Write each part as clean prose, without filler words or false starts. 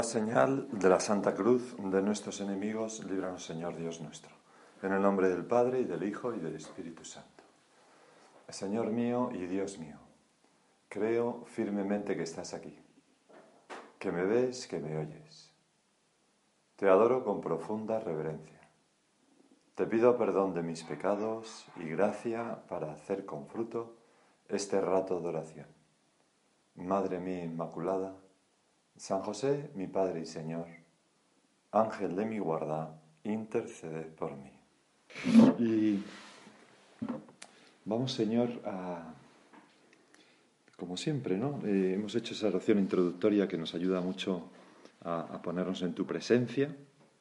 Señal de la Santa Cruz de nuestros enemigos, líbranos, Señor Dios nuestro. En el nombre del Padre, y del Hijo, y del Espíritu Santo. Señor mío y Dios mío, creo firmemente que estás aquí, que me ves, que me oyes. Te adoro con profunda reverencia. Te pido perdón de mis pecados y gracia para hacer con fruto este rato de oración. Madre mía Inmaculada, San José, mi Padre y Señor, Ángel de mi guarda, interceded por mí. Y vamos, Señor, como siempre, ¿no? Hemos hecho esa oración introductoria que nos ayuda mucho a ponernos en tu presencia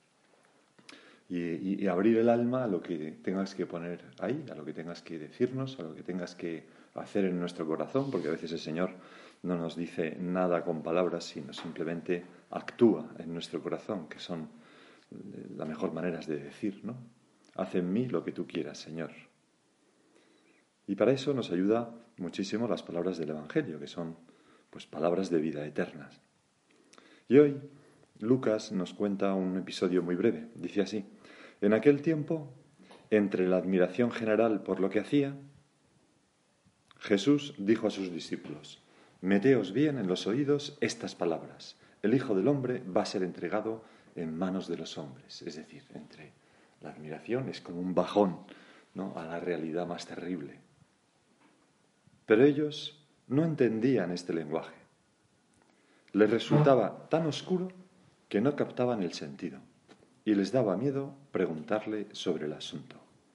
y abrir el alma a lo que tengas que poner ahí, a lo que tengas que decirnos, a lo que tengas que hacer en nuestro corazón, porque a veces el Señor no nos dice nada con palabras, sino simplemente actúa en nuestro corazón, que son las mejores maneras de decir, ¿no? Haz en mí lo que tú quieras, Señor. Y para eso nos ayuda muchísimo las palabras del Evangelio, que son pues palabras de vida eternas. Y hoy Lucas nos cuenta un episodio muy breve. Dice así: en aquel tiempo, entre la admiración general por lo que hacía, Jesús dijo a sus discípulos: meteos bien en los oídos estas palabras. El Hijo del Hombre va a ser entregado en manos de los hombres. Es decir, entre la admiración es como un bajón, ¿no?, a la realidad más terrible. Pero ellos no entendían este lenguaje. Les resultaba tan oscuro que no captaban el sentido y les daba miedo preguntarle sobre el asunto.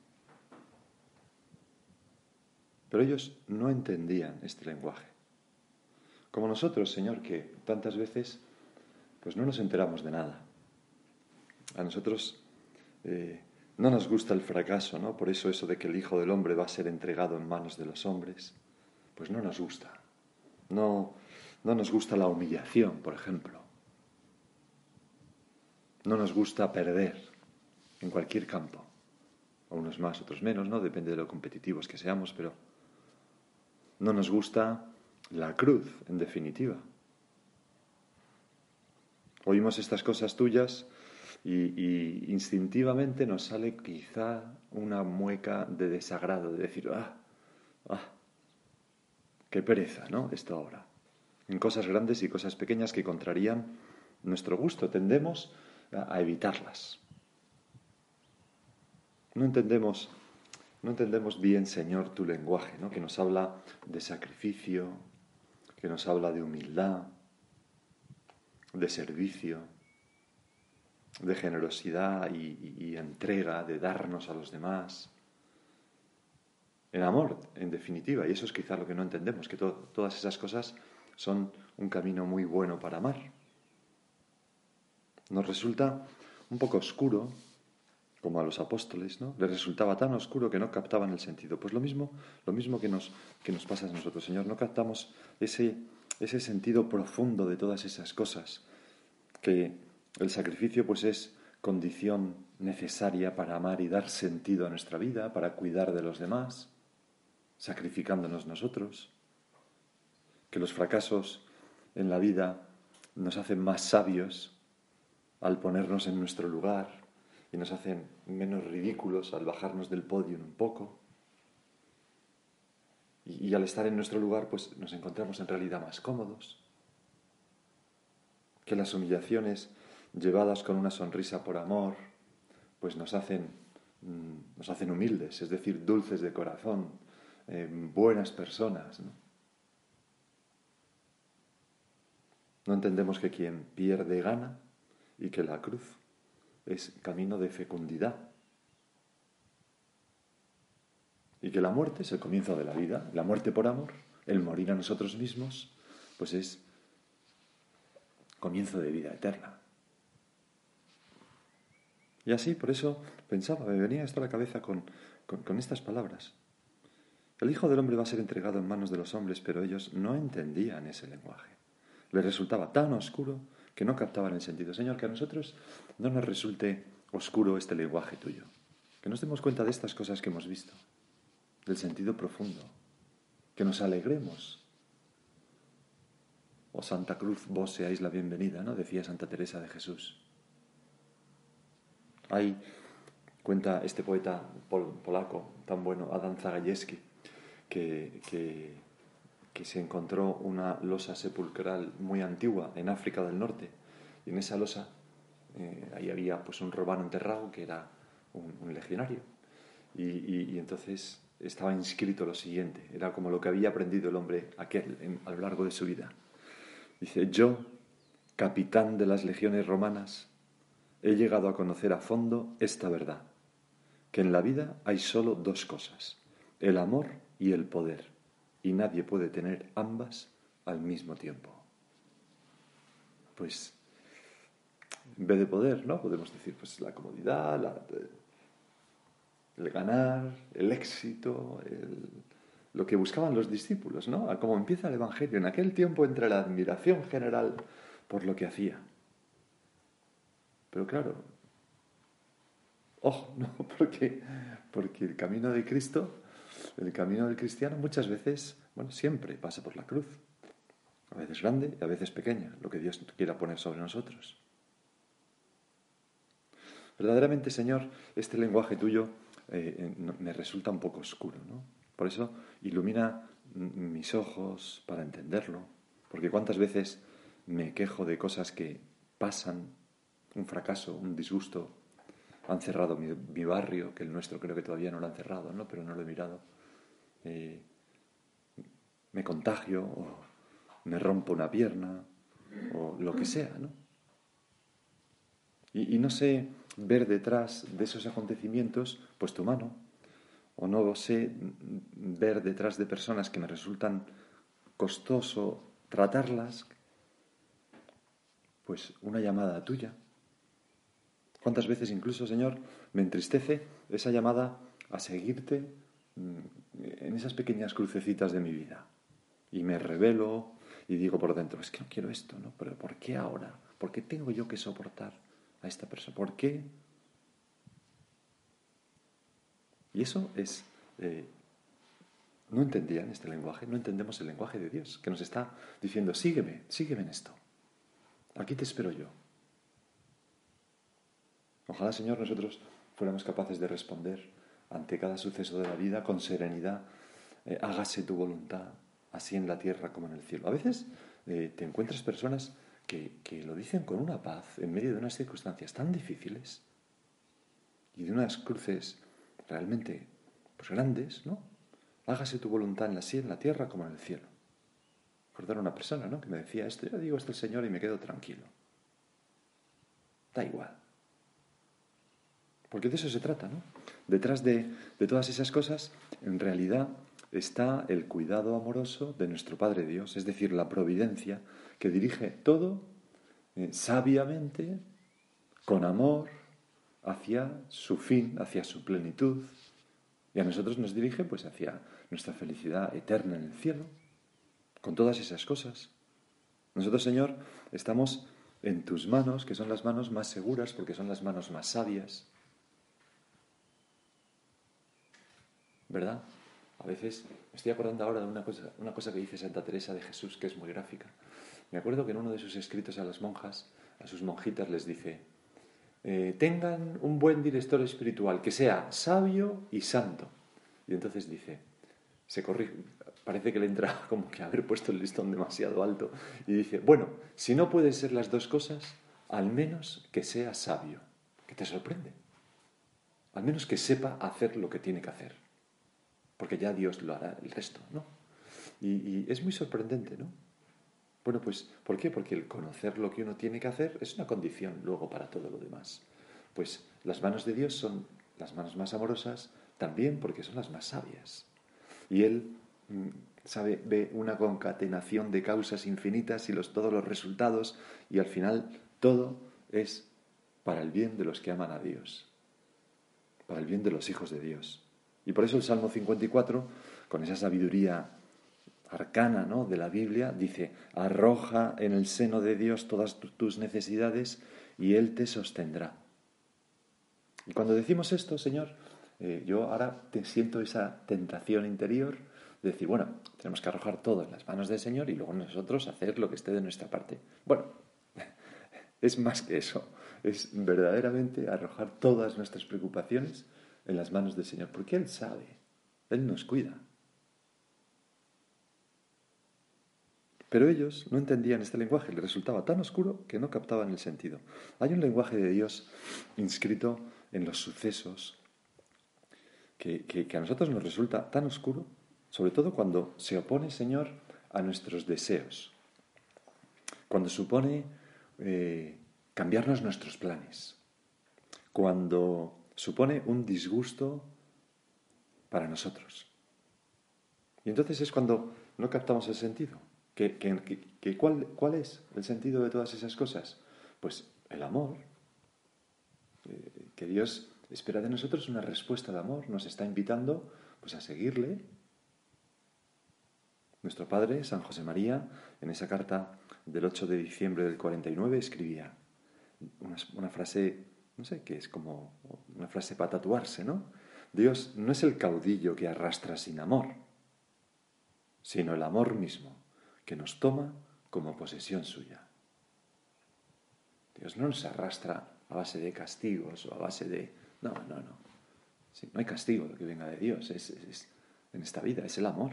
Pero ellos no entendían este lenguaje. Como nosotros, Señor, que tantas veces pues no nos enteramos de nada. A nosotros no nos gusta el fracaso, ¿no? Por eso de que el Hijo del Hombre va a ser entregado en manos de los hombres, pues no nos gusta. No nos gusta la humillación, por ejemplo. No nos gusta perder en cualquier campo. A unos más, otros menos, ¿no? Depende de lo competitivos que seamos, pero no nos gusta la cruz, en definitiva. Oímos estas cosas tuyas y instintivamente nos sale quizá una mueca de desagrado, de decir, qué pereza, ¿no?, esto ahora. En cosas grandes y cosas pequeñas que contrarían nuestro gusto, tendemos a evitarlas. No entendemos bien, Señor, tu lenguaje, ¿no?, que nos habla de sacrificio, que nos habla de humildad, de servicio, de generosidad y entrega, de darnos a los demás, en amor, en definitiva. Y eso es quizá lo que no entendemos, que todas esas cosas son un camino muy bueno para amar. Nos resulta un poco oscuro, como a los apóstoles, ¿no? Les resultaba tan oscuro que no captaban el sentido. Pues lo mismo que nos pasa a nosotros, Señor. No captamos ese sentido profundo de todas esas cosas, que el sacrificio pues es condición necesaria para amar y dar sentido a nuestra vida, para cuidar de los demás, sacrificándonos nosotros, que los fracasos en la vida nos hacen más sabios al ponernos en nuestro lugar y nos hacen menos ridículos al bajarnos del podio un poco. Y al estar en nuestro lugar pues nos encontramos en realidad más cómodos, que las humillaciones llevadas con una sonrisa por amor pues nos hacen humildes, es decir, dulces de corazón, buenas personas, ¿no? No entendemos que quien pierde gana y que la cruz es camino de fecundidad. Y que la muerte es el comienzo de la vida. La muerte por amor, el morir a nosotros mismos, pues es comienzo de vida eterna. Y así, por eso pensaba, me venía esto a la cabeza con estas palabras. El Hijo del Hombre va a ser entregado en manos de los hombres, pero ellos no entendían ese lenguaje. Les resultaba tan oscuro que no captaban el sentido. Señor, que a nosotros no nos resulte oscuro este lenguaje tuyo. Que nos demos cuenta de estas cosas que hemos visto, del sentido profundo. Que nos alegremos o Santa Cruz, vos seáis la bienvenida, ¿no? Decía Santa Teresa de Jesús. Hay, cuenta este poeta polaco tan bueno, Adam Zagajewski, que se encontró una losa sepulcral muy antigua en África del Norte, y en esa losa ahí había pues un romano enterrado que era un legionario, y entonces estaba inscrito lo siguiente, era como lo que había aprendido el hombre a lo largo de su vida. Dice: yo, capitán de las legiones romanas, he llegado a conocer a fondo esta verdad, que en la vida hay solo dos cosas, el amor y el poder, y nadie puede tener ambas al mismo tiempo. Pues, en vez de poder, ¿no? Podemos decir, pues la comodidad, el ganar, el éxito, lo que buscaban los discípulos, ¿no? A cómo empieza el Evangelio. En aquel tiempo, entre la admiración general por lo que hacía. Pero claro, ojo, ¿no? Porque el camino de Cristo, el camino del cristiano, muchas veces, bueno, siempre pasa por la cruz. A veces grande y a veces pequeña, lo que Dios quiera poner sobre nosotros. Verdaderamente, Señor, este lenguaje tuyo me resulta un poco oscuro, ¿no? Por eso ilumina mis ojos para entenderlo, porque cuántas veces me quejo de cosas que pasan, un fracaso, un disgusto. Han cerrado mi barrio, que el nuestro creo que todavía no lo han cerrado, ¿no? Pero no lo he mirado. Me contagio, o me rompo una pierna, o lo que sea, ¿no? Y no sé ver detrás de esos acontecimientos pues tu mano, o no sé ver detrás de personas que me resultan costoso tratarlas, pues una llamada tuya. ¿Cuántas veces incluso, Señor, me entristece esa llamada a seguirte en esas pequeñas crucecitas de mi vida? Y me rebelo y digo por dentro, es que no quiero esto, ¿no? Pero ¿por qué ahora? ¿Por qué tengo yo que soportar a esta persona? ¿Por qué? Y eso es... no entendían este lenguaje, no entendemos el lenguaje de Dios, que nos está diciendo, sígueme en esto. Aquí te espero yo. Ojalá, Señor, nosotros fuéramos capaces de responder ante cada suceso de la vida con serenidad, hágase tu voluntad, así en la tierra como en el cielo. A veces te encuentras personas que lo dicen con una paz en medio de unas circunstancias tan difíciles y de unas cruces realmente pues, grandes, ¿no? Hágase tu voluntad así en la tierra como en el cielo. Recordar a una persona, ¿no? Que me decía esto, yo digo esto al Señor y me quedo tranquilo. Da igual. Porque de eso se trata, ¿no? Detrás de todas esas cosas, en realidad está el cuidado amoroso de nuestro Padre Dios, es decir, la providencia que dirige todo sabiamente, con amor, hacia su fin, hacia su plenitud, y a nosotros nos dirige pues hacia nuestra felicidad eterna en el cielo, con todas esas cosas. Nosotros, Señor, estamos en tus manos, que son las manos más seguras, porque son las manos más sabias, ¿verdad? A veces me estoy acordando ahora de una cosa que dice Santa Teresa de Jesús, que es muy gráfica. Me acuerdo que en uno de sus escritos a las monjas, a sus monjitas, les dice, tengan un buen director espiritual, que sea sabio y santo. Y entonces dice, se corrige, parece que le entra como que haber puesto el listón demasiado alto, y dice, bueno, si no pueden ser las dos cosas, al menos que sea sabio. Que te sorprende. Al menos que sepa hacer lo que tiene que hacer. Porque ya Dios lo hará el resto, ¿no? Y es muy sorprendente, ¿no? Bueno, pues, ¿por qué? Porque el conocer lo que uno tiene que hacer es una condición luego para todo lo demás. Pues las manos de Dios son las manos más amorosas también porque son las más sabias. Y Él ve una concatenación de causas infinitas y todos los resultados, y al final todo es para el bien de los que aman a Dios, para el bien de los hijos de Dios. Y por eso el Salmo 54, con esa sabiduría arcana, ¿no?, de la Biblia, dice, arroja en el seno de Dios todas tus necesidades y Él te sostendrá. Y cuando decimos esto, Señor, yo ahora te siento esa tentación interior de decir, bueno, tenemos que arrojar todo en las manos del Señor y luego nosotros hacer lo que esté de nuestra parte. Bueno, es más que eso, es verdaderamente arrojar todas nuestras preocupaciones en las manos del Señor, porque Él sabe, Él nos cuida. Pero ellos no entendían este lenguaje, les resultaba tan oscuro que no captaban el sentido. Hay un lenguaje de Dios inscrito en los sucesos que a nosotros nos resulta tan oscuro, sobre todo cuando se opone, Señor, a nuestros deseos, cuando supone cambiarnos nuestros planes, cuando supone un disgusto para nosotros. Y entonces es cuando no captamos el sentido. ¿Cuál es el sentido de todas esas cosas? Pues el amor, que Dios espera de nosotros una respuesta de amor, nos está invitando pues a seguirle. Nuestro padre, San José María, en esa carta del 8 de diciembre del 49 escribía una frase, no sé, que es como una frase para tatuarse, ¿no? Dios no es el caudillo que arrastra sin amor, sino el amor mismo, que nos toma como posesión suya. Dios no nos arrastra a base de castigos o a base de... No. Sí, no hay castigo lo que venga de Dios, es en esta vida, es el amor.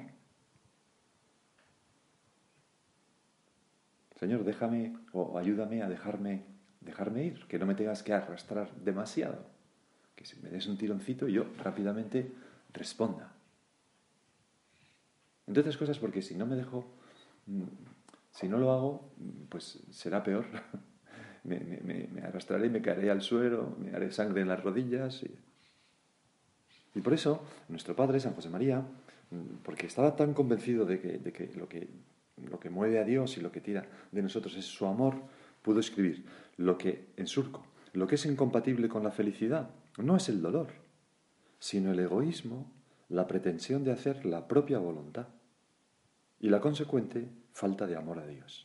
Señor, déjame o ayúdame a dejarme ir, que no me tengas que arrastrar demasiado, que si me des un tironcito yo rápidamente responda. Entre otras cosas porque si no me dejo, si no lo hago, pues será peor. me arrastraré, me caeré al suelo, me haré sangre en las rodillas. Y por eso, nuestro Padre, San José María, porque estaba tan convencido de que lo que mueve a Dios y lo que tira de nosotros es su amor, pudo escribir en surco, lo que es incompatible con la felicidad no es el dolor, sino el egoísmo, la pretensión de hacer la propia voluntad y la consecuente falta de amor a Dios.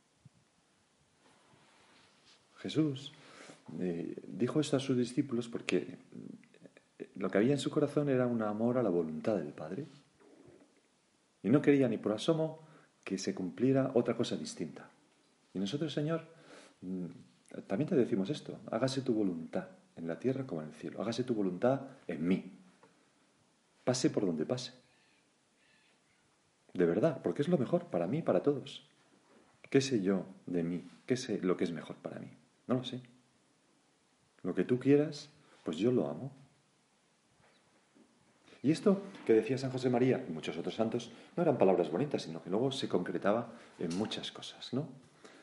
Jesús dijo esto a sus discípulos porque lo que había en su corazón era un amor a la voluntad del Padre y no quería ni por asomo que se cumpliera otra cosa distinta. Y nosotros, Señor, también te decimos esto: hágase tu voluntad en la tierra como en el cielo, hágase tu voluntad en mí, pase por donde pase. De verdad, porque es lo mejor para mí y para todos. ¿Qué sé yo de mí? ¿Qué sé lo que es mejor para mí? No lo sé. Lo que tú quieras, pues yo lo amo. Y esto que decía San José María y muchos otros santos no eran palabras bonitas, sino que luego se concretaba en muchas cosas, ¿no?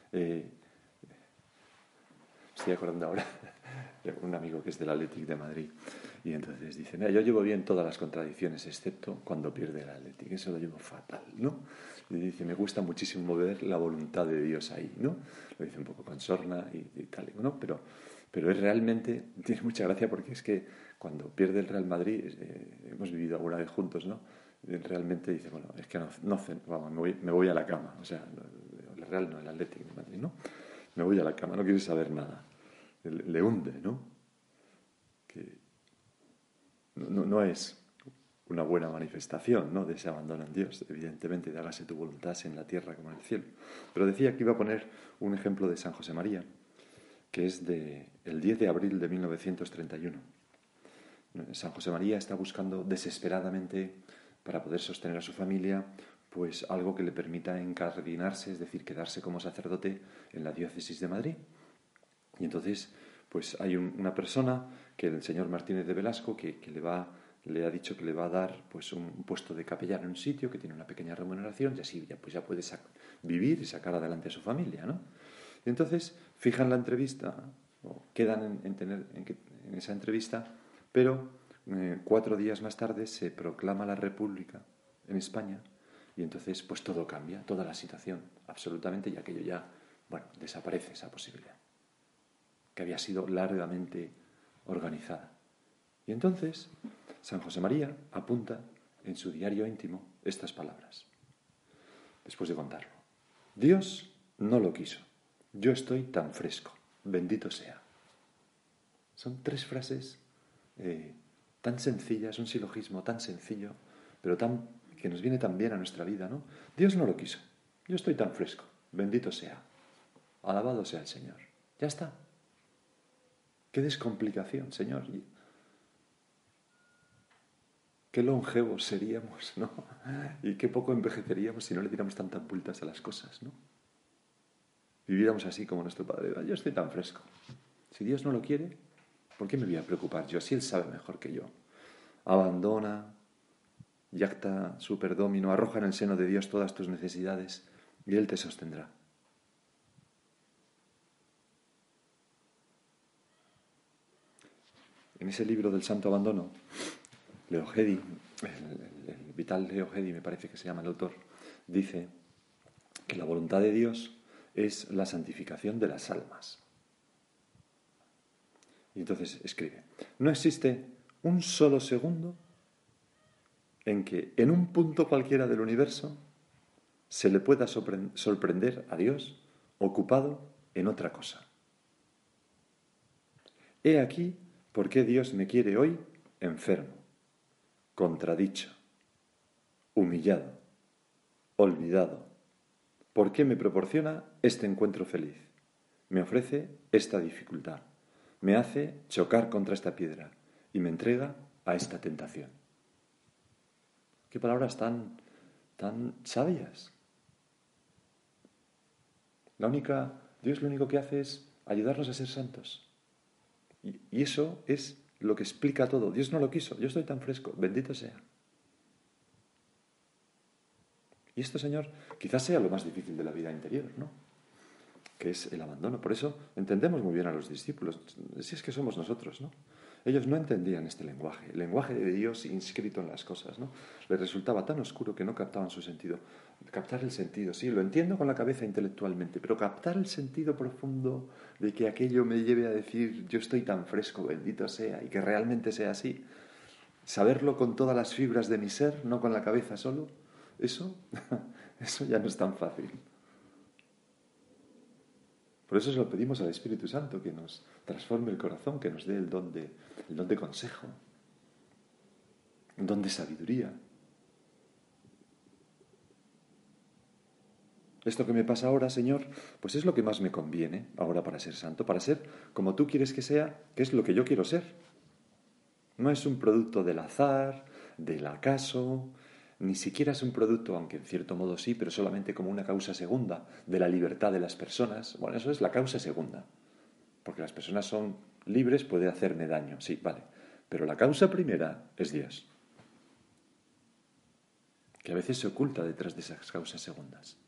Estoy acordando ahora de un amigo que es del Athletic de Madrid y entonces dice, mira, yo llevo bien todas las contradicciones excepto cuando pierde el Athletic, eso lo llevo fatal, ¿no? Y dice, me cuesta muchísimo ver la voluntad de Dios ahí, ¿no? Lo dice un poco con sorna y tal, ¿no? Pero es realmente, tiene mucha gracia porque es que cuando pierde el Real Madrid, hemos vivido alguna vez juntos, ¿no? Realmente dice, bueno, es que vamos, me voy a la cama, o sea, el Real no, el Athletic de Madrid, ¿no? Me voy a la cama, no quiero saber nada. Le hunde, ¿no? Que no es una buena manifestación, ¿no?, de ese abandono en Dios, evidentemente, de hágase tu voluntad en la tierra como en el cielo. Pero decía que iba a poner un ejemplo de San José María, que es del 10 de abril de 1931. San José María está buscando desesperadamente, para poder sostener a su familia, pues algo que le permita encardinarse, es decir, quedarse como sacerdote en la diócesis de Madrid. Y entonces, pues hay una persona, que el señor Martínez de Velasco, que le ha dicho que le va a dar pues un puesto de capellán en un sitio que tiene una pequeña remuneración y así ya puede vivir y sacar adelante a su familia, ¿no? Y entonces fijan la entrevista, o quedan en esa entrevista, pero 4 días más tarde se proclama la República en España y entonces pues todo cambia, toda la situación, absolutamente, y aquello ya, bueno, desaparece esa posibilidad que había sido largamente organizada. Y entonces San José María apunta en su diario íntimo estas palabras, después de contarlo. Dios no lo quiso, yo estoy tan fresco, bendito sea. Son 3 frases tan sencillas, un silogismo tan sencillo, pero tan que nos viene tan bien a nuestra vida, ¿no? Dios no lo quiso. Yo estoy tan fresco. Bendito sea. Alabado sea el Señor. Ya está. Qué descomplicación, Señor. Qué longevos seríamos, ¿no? Y qué poco envejeceríamos si no le diéramos tantas vueltas a las cosas, ¿no? Viviéramos así como nuestro Padre. Yo estoy tan fresco. Si Dios no lo quiere, ¿por qué me voy a preocupar yo? Si Él sabe mejor que yo. Abandona, yacta super domino, arroja en el seno de Dios todas tus necesidades y Él te sostendrá. En ese libro del Santo Abandono, Leo Hedy, el vital Leo Hedy, me parece que se llama el autor, dice que la voluntad de Dios es la santificación de las almas. Y entonces escribe, no existe un solo segundo en que en un punto cualquiera del universo se le pueda sorprender a Dios ocupado en otra cosa. He aquí por qué Dios me quiere hoy enfermo, contradicho, humillado, olvidado. ¿Por qué me proporciona este encuentro feliz? Me ofrece esta dificultad, me hace chocar contra esta piedra y me entrega a esta tentación. Qué palabras tan sabias. Dios lo único que hace es ayudarnos a ser santos. Y eso es lo que explica todo. Dios no lo quiso, yo estoy tan fresco, bendito sea. Y esto, Señor, quizás sea lo más difícil de la vida interior, ¿no? Que es el abandono. Por eso entendemos muy bien a los discípulos, si es que somos nosotros, ¿no? Ellos no entendían este lenguaje, el lenguaje de Dios inscrito en las cosas, ¿no? Les resultaba tan oscuro que no captaban su sentido. Captar el sentido, sí, lo entiendo con la cabeza intelectualmente, pero captar el sentido profundo de que aquello me lleve a decir yo estoy tan fresco, bendito sea, y que realmente sea así, saberlo con todas las fibras de mi ser, no con la cabeza solo, eso ya no es tan fácil. Por eso se lo pedimos al Espíritu Santo, que nos transforme el corazón, que nos dé el don de consejo, el don de sabiduría. Esto que me pasa ahora, Señor, pues es lo que más me conviene ahora para ser santo, para ser como tú quieres que sea, que es lo que yo quiero ser. No es un producto del azar, del acaso, ni siquiera es un producto, aunque en cierto modo sí, pero solamente como una causa segunda de la libertad de las personas. Bueno, eso es la causa segunda, porque las personas son libres, puede hacerme daño, sí, vale, pero la causa primera es Dios, que a veces se oculta detrás de esas causas segundas.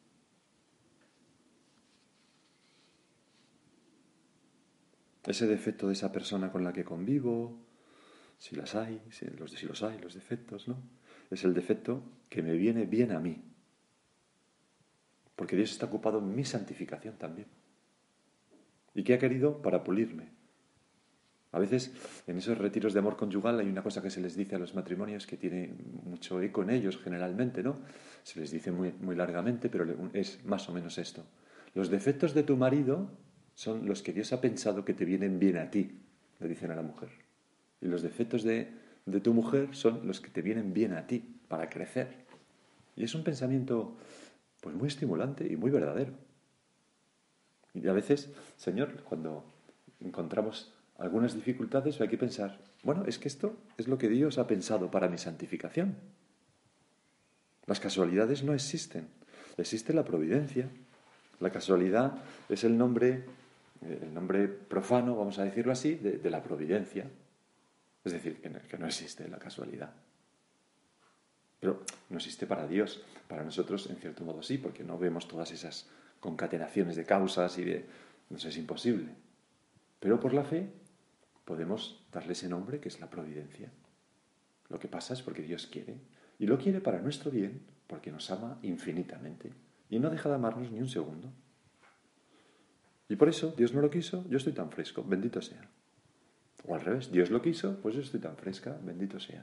Ese defecto de esa persona con la que convivo, si las hay, si los hay, los defectos, ¿no? Es el defecto que me viene bien a mí. Porque Dios está ocupado en mi santificación también. ¿Y qué ha querido? Para pulirme. A veces en esos retiros de amor conyugal hay una cosa que se les dice a los matrimonios que tiene mucho eco en ellos generalmente, ¿no? Se les dice muy, muy largamente, pero es más o menos esto. Los defectos de tu marido son los que Dios ha pensado que te vienen bien a ti, le dicen a la mujer. Y los defectos de tu mujer son los que te vienen bien a ti para crecer. Y es un pensamiento pues muy estimulante y muy verdadero. Y a veces, Señor, cuando encontramos algunas dificultades hay que pensar, bueno, es que esto es lo que Dios ha pensado para mi santificación. Las casualidades no existen. Existe la providencia. La casualidad es el nombre profano, vamos a decirlo así, de la providencia. Es decir, que no existe la casualidad. Pero no existe para Dios. Para nosotros, en cierto modo, sí, porque no vemos todas esas concatenaciones de causas y de... Nos es imposible. Pero por la fe podemos darle ese nombre que es la providencia. Lo que pasa es porque Dios quiere. Y lo quiere para nuestro bien, porque nos ama infinitamente. Y no deja de amarnos ni un segundo. Y por eso, Dios no lo quiso, yo estoy tan fresco, bendito sea. O al revés, Dios lo quiso, pues yo estoy tan fresca, bendito sea.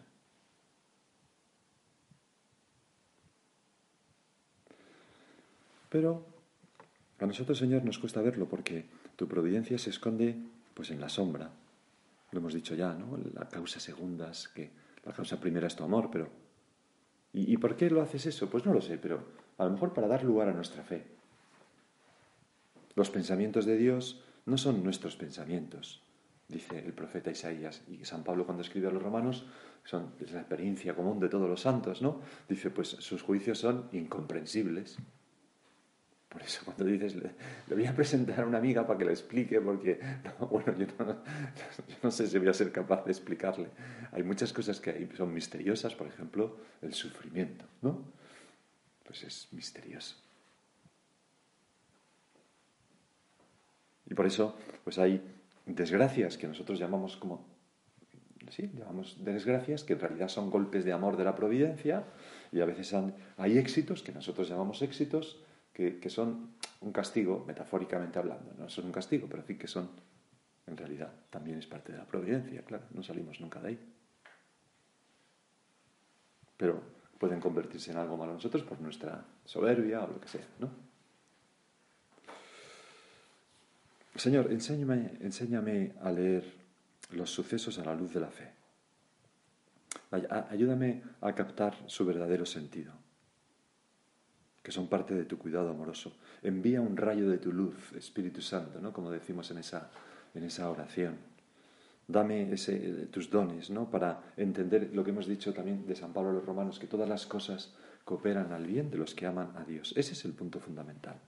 Pero a nosotros, Señor, nos cuesta verlo porque tu providencia se esconde pues en la sombra. Lo hemos dicho ya, ¿no? La causa segunda es que la causa primera es tu amor, pero... ¿Y por qué lo haces eso? Pues no lo sé, pero a lo mejor para dar lugar a nuestra fe. Los pensamientos de Dios no son nuestros pensamientos, dice el profeta Isaías, y San Pablo cuando escribe a los romanos, es la experiencia común de todos los santos, ¿no? Dice, pues sus juicios son incomprensibles. Por eso cuando dices, le voy a presentar a una amiga para que le explique, porque, yo no sé si voy a ser capaz de explicarle. Hay muchas cosas que son misteriosas, por ejemplo, el sufrimiento, ¿no? Pues es misterioso. Y por eso, pues hay desgracias que nosotros llamamos llamamos desgracias, que en realidad son golpes de amor de la providencia, y a veces hay éxitos que nosotros llamamos éxitos, que son un castigo, metafóricamente hablando. No son un castigo, pero sí que son, en realidad, también es parte de la providencia, claro, no salimos nunca de ahí. Pero pueden convertirse en algo malo nosotros por nuestra soberbia o lo que sea, ¿no? Señor, enséñame a leer los sucesos a la luz de la fe. Ayúdame a captar su verdadero sentido, que son parte de tu cuidado amoroso. Envía un rayo de tu luz, Espíritu Santo, ¿no? Como decimos en esa oración. Dame tus dones, ¿no? Para entender lo que hemos dicho también de San Pablo a los Romanos, que todas las cosas cooperan al bien de los que aman a Dios. Ese es el punto fundamental.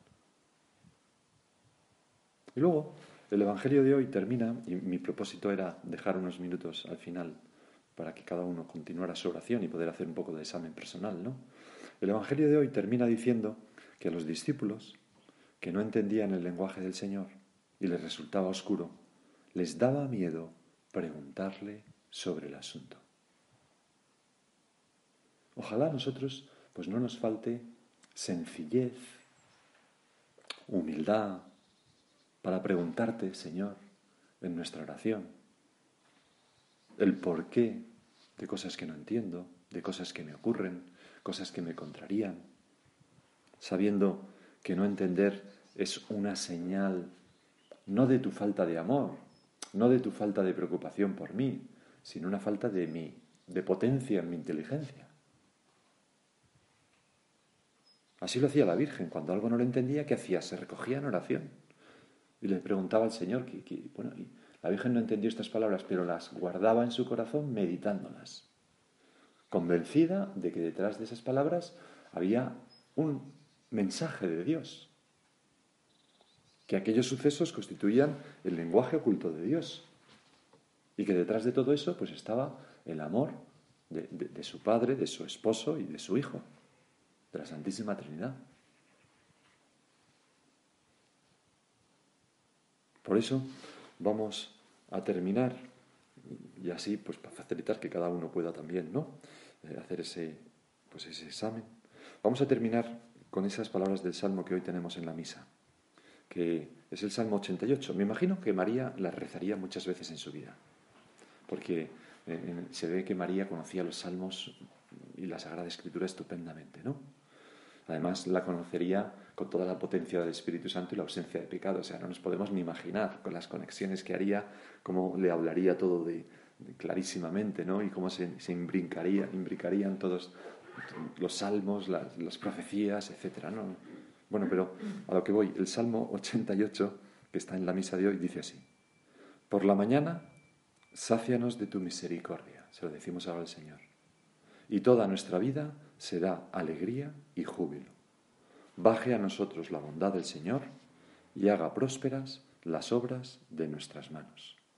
Y luego, el Evangelio de hoy termina, y mi propósito era dejar unos minutos al final para que cada uno continuara su oración y poder hacer un poco de examen personal, ¿no? El Evangelio de hoy termina diciendo que a los discípulos, que no entendían el lenguaje del Señor y les resultaba oscuro, les daba miedo preguntarle sobre el asunto. Ojalá a nosotros pues no nos falte sencillez, humildad, para preguntarte, Señor, en nuestra oración, el porqué de cosas que no entiendo, de cosas que me ocurren, cosas que me contrarían, sabiendo que no entender es una señal no de tu falta de amor, no de tu falta de preocupación por mí, sino una falta de potencia en mi inteligencia. Así lo hacía la Virgen, cuando algo no lo entendía, ¿qué hacía? Se recogía en oración y le preguntaba al Señor, y la Virgen no entendió estas palabras, pero las guardaba en su corazón meditándolas, convencida de que detrás de esas palabras había un mensaje de Dios, que aquellos sucesos constituían el lenguaje oculto de Dios y que detrás de todo eso pues estaba el amor de su Padre, de su esposo y de su Hijo, de la Santísima Trinidad. Por eso vamos a terminar, y así pues para facilitar que cada uno pueda también, ¿no? Hacer ese examen. Vamos a terminar con esas palabras del Salmo que hoy tenemos en la misa, que es el Salmo 88. Me imagino que María las rezaría muchas veces en su vida, porque se ve que María conocía los Salmos y la Sagrada Escritura estupendamente, ¿no? Además, la conocería con toda la potencia del Espíritu Santo y la ausencia de pecado. O sea, no nos podemos ni imaginar con las conexiones que haría, cómo le hablaría todo clarísimamente, ¿no? Y cómo se imbricarían todos los salmos, las profecías, etcétera, ¿no? Bueno, pero a lo que voy, el Salmo 88, que está en la misa de hoy, dice así: por la mañana, sácianos de tu misericordia, se lo decimos ahora al Señor, y toda nuestra vida será alegría y júbilo. Baje a nosotros la bondad del Señor y haga prósperas las obras de nuestras manos.